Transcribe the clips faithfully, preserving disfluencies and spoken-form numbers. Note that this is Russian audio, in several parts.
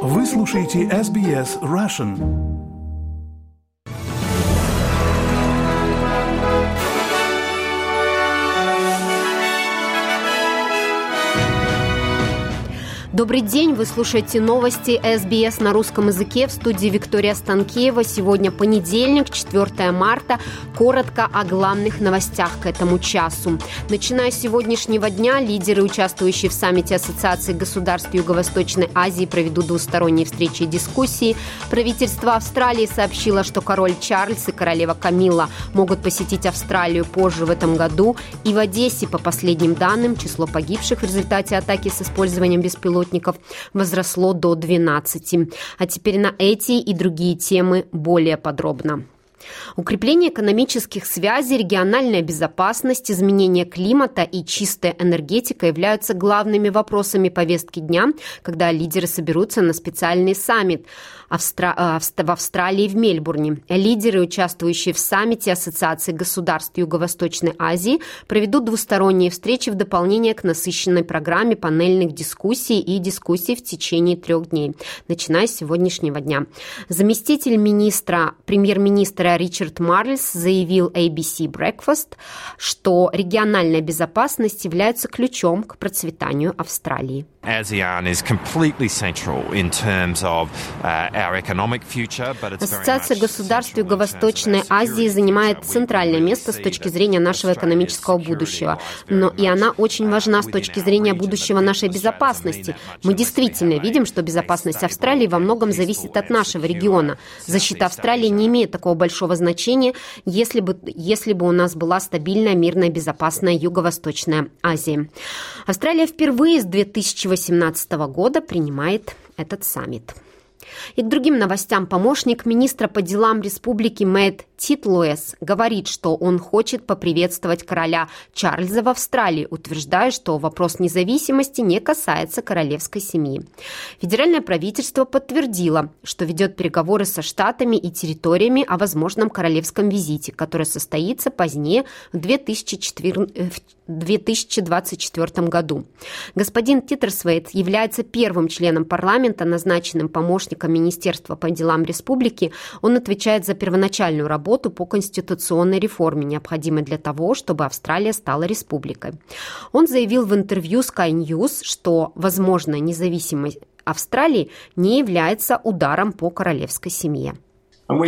Вы слушаете эс би эс Russian. Добрый день, вы слушаете новости эс би эс на русском языке, в студии Виктория Станкеева. Сегодня понедельник, четвёртое марта. Коротко о главных новостях к этому часу. Начиная с сегодняшнего дня, лидеры, участвующие в саммите Ассоциации государств Юго-Восточной Азии, проведут двусторонние встречи и дискуссии. Правительство Австралии сообщило, что король Чарльз и королева Камилла могут посетить Австралию позже в этом году. И в Одессе, по последним данным, число погибших в результате атаки с использованием беспилотников возросло до двенадцати. А теперь на эти и другие темы более подробно. Укрепление экономических связей, региональная безопасность, изменение климата и чистая энергетика являются главными вопросами повестки дня, когда лидеры соберутся на специальный саммит Австра... в Австралии в Мельбурне. Лидеры, участвующие в саммите Ассоциации государств Юго-Восточной Азии, проведут двусторонние встречи в дополнение к насыщенной программе панельных дискуссий и дискуссий в течение трех дней, начиная с сегодняшнего дня. Заместитель министра, премьер-министра Ричард Марльс заявил эй би си Breakfast, что региональная безопасность является ключом к процветанию Австралии. Ассоциация государств Юго-Восточной Азии занимает центральное место с точки зрения нашего экономического будущего, но и она очень важна с точки зрения будущего нашей безопасности. Мы действительно видим, что безопасность Австралии во многом зависит от нашего региона. Защита Австралии не имеет такого большого значения, если бы, если бы у нас была стабильная, мирная, безопасная Юго-Восточная Азия. Австралия впервые с две тысячи восемнадцатого года принимает этот саммит. И к другим новостям. Помощник министра по делам республики Мэтт Титлуэс говорит, что он хочет поприветствовать короля Чарльза в Австралии, утверждая, что вопрос независимости не касается королевской семьи. Федеральное правительство подтвердило, что ведет переговоры со штатами и территориями о возможном королевском визите, который состоится позднее в две тысячи двадцать четвёртом году. Господин Титлуэс является первым членом парламента, назначенным помощником Министерства по делам республики. Он отвечает за первоначальную работу по конституционной реформе, необходимой для того, чтобы Австралия стала республикой. Он заявил в интервью Sky News, что возможная независимость Австралии не является ударом по королевской семье. Мы,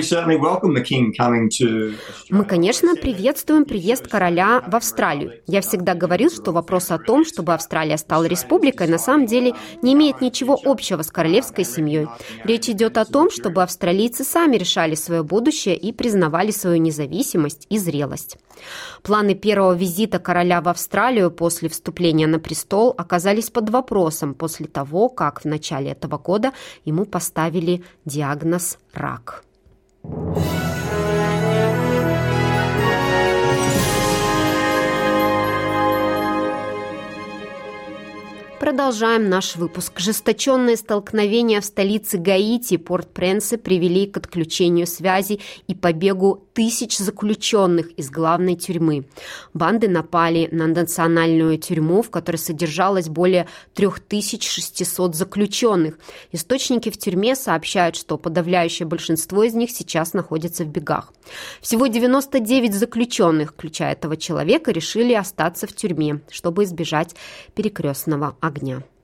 конечно, приветствуем приезд короля в Австралию. Я всегда говорил, что вопрос о том, чтобы Австралия стала республикой, на самом деле не имеет ничего общего с королевской семьей. Речь идет о том, чтобы австралийцы сами решали свое будущее и признавали свою независимость и зрелость. Планы первого визита короля в Австралию после вступления на престол оказались под вопросом после того, как в начале этого года ему поставили диагноз «рак». Продолжаем наш выпуск. Ожесточенные столкновения в столице Гаити, Порт-Пренсе, привели к отключению связи и побегу тысяч заключенных из главной тюрьмы. Банды напали на национальную тюрьму, в которой содержалось более три тысячи шестьсот заключенных. Источники в тюрьме сообщают, что подавляющее большинство из них сейчас находится в бегах. Всего девяносто девять заключенных, включая этого человека, решили остаться в тюрьме, чтобы избежать перекрестного огня.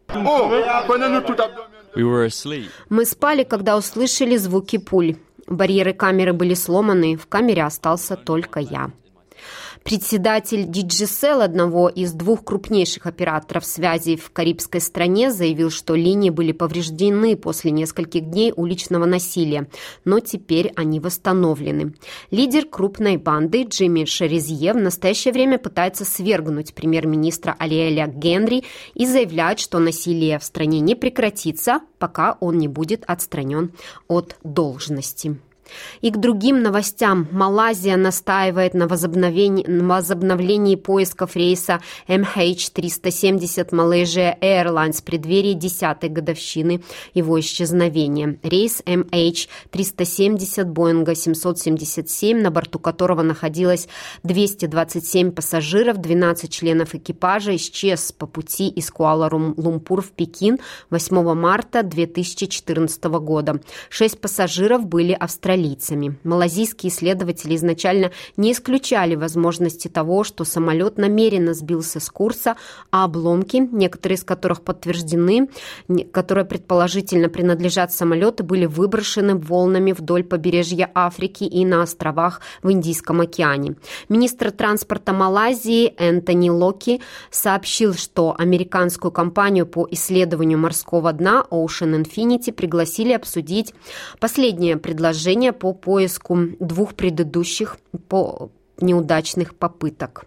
Мы спали, когда услышали звуки пуль. Барьеры камеры были сломаны, в камере остался только я. Председатель Digicel, одного из двух крупнейших операторов связи в карибской стране, заявил, что линии были повреждены после нескольких дней уличного насилия, но теперь они восстановлены. Лидер крупной банды Джимми Шеризье в настоящее время пытается свергнуть премьер-министра Ариэля Генри и заявляет, что насилие в стране не прекратится, пока он не будет отстранен от должности. И к другим новостям. Малайзия настаивает на возобновлении, на возобновлении поисков рейса эм эйч триста семьдесят Malaysia Airlines в преддверии десятой годовщины его исчезновения. Рейс эм эйч триста семьдесят Боинга семьсот семьдесят семь, на борту которого находилось двести двадцать семь пассажиров, двенадцать членов экипажа, исчез по пути из Куала-Лумпур в Пекин восьмого марта две тысячи четырнадцатого года. Шесть пассажиров были австралийцами. Малазийские исследователи изначально не исключали возможности того, что самолет намеренно сбился с курса, а обломки, некоторые из которых подтверждены, которые предположительно принадлежат самолету, были выброшены волнами вдоль побережья Африки и на островах в Индийском океане. Министр транспорта Малайзии Энтони Локи сообщил, что американскую компанию по исследованию морского дна Ocean Infinity пригласили обсудить последнее предложение по поиску двух предыдущих по неудачных попыток.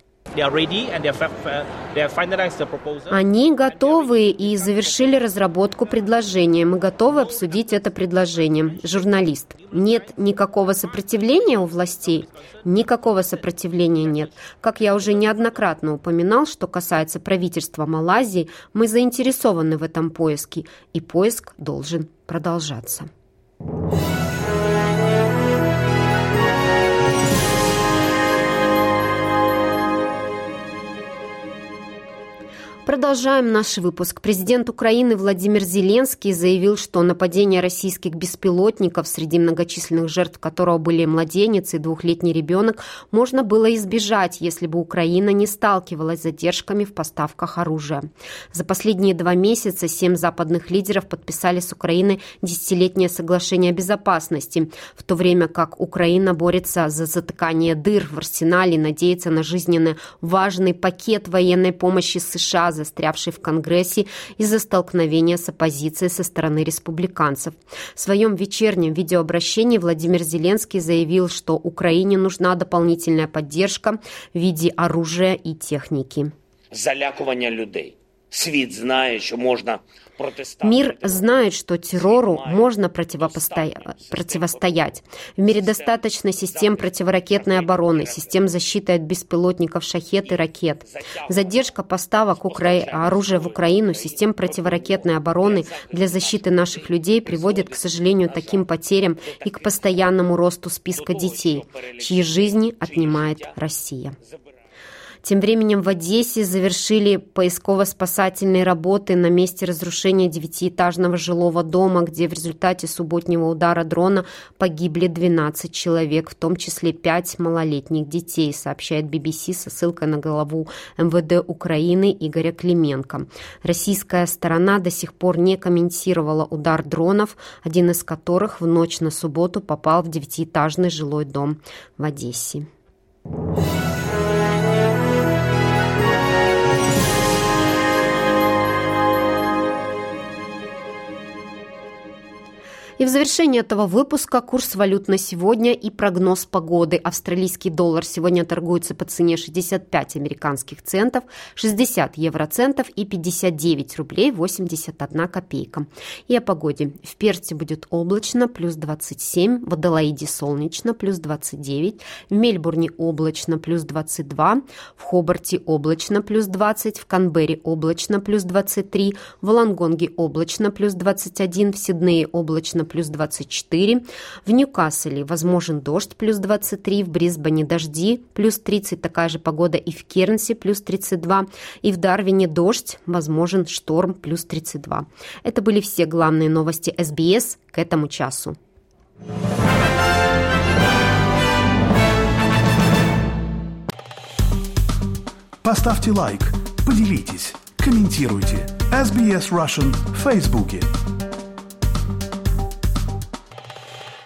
Они готовы и завершили разработку предложения. Мы готовы обсудить это предложение. Журналист. Нет никакого сопротивления у властей? Никакого сопротивления нет. Как я уже неоднократно упоминал, что касается правительства Малайзии, мы заинтересованы в этом поиске, и поиск должен продолжаться. Продолжаем наш выпуск. Президент Украины Владимир Зеленский заявил, что нападение российских беспилотников, среди многочисленных жертв которого были младенец и двухлетний ребенок, можно было избежать, если бы Украина не сталкивалась с задержками в поставках оружия. За последние два месяца семь западных лидеров подписали с Украиной десятилетнее соглашение о безопасности, в то время как Украина борется за затыкание дыр в арсенале и надеется на жизненно важный пакет военной помощи США, застрявший в Конгрессе из-за столкновения с оппозицией со стороны республиканцев. В своем вечернем видеообращении Владимир Зеленский заявил, что Украине нужна дополнительная поддержка в виде оружия и техники. Залякування людей. Світ знає, що можна протиставити. Мир знает, что террору можно противостоять. В мире достаточно систем противоракетной обороны, систем защиты от беспилотников «Шахед» и ракет. Задержка поставок Укра... оружия в Украину, систем противоракетной обороны для защиты наших людей приводит, к сожалению, таким потерям и к постоянному росту списка детей, чьи жизни отнимает Россия. Тем временем в Одессе завершили поисково-спасательные работы на месте разрушения девятиэтажного жилого дома, где в результате субботнего удара дрона погибли двенадцать человек, в том числе пять малолетних детей, сообщает би би си со ссылкой на главу эм вэ дэ Украины Игоря Клименко. Российская сторона до сих пор не комментировала удар дронов, один из которых в ночь на субботу попал в девятиэтажный жилой дом в Одессе. И в завершении этого выпуска курс валют на сегодня и прогноз погоды. Австралийский доллар сегодня торгуется по цене шестьдесят пять американских центов, шестьдесят евроцентов и пятьдесят девять рублей восемьдесят одна копейка. И о погоде. В Перте будет облачно, плюс двадцать семь, в Аделаиде солнечно, плюс двадцать девять, в Мельбурне облачно, плюс двадцать два, в Хобарте облачно, плюс двадцать, в Канберре облачно, плюс двадцать три, в Волонгонге облачно, плюс двадцать один, в Сиднее облачно, плюс двадцать четыре, в Ньюкасле возможен дождь, плюс двадцать три, в Брисбене дожди, плюс тридцать, такая же погода и в Кернсе, плюс тридцать два, и в Дарвине дождь, возможен шторм, плюс тридцать два. Это были все главные новости эс би эс к этому часу. Поставьте лайк, поделитесь, комментируйте. эс би эс Russian в Фейсбуке.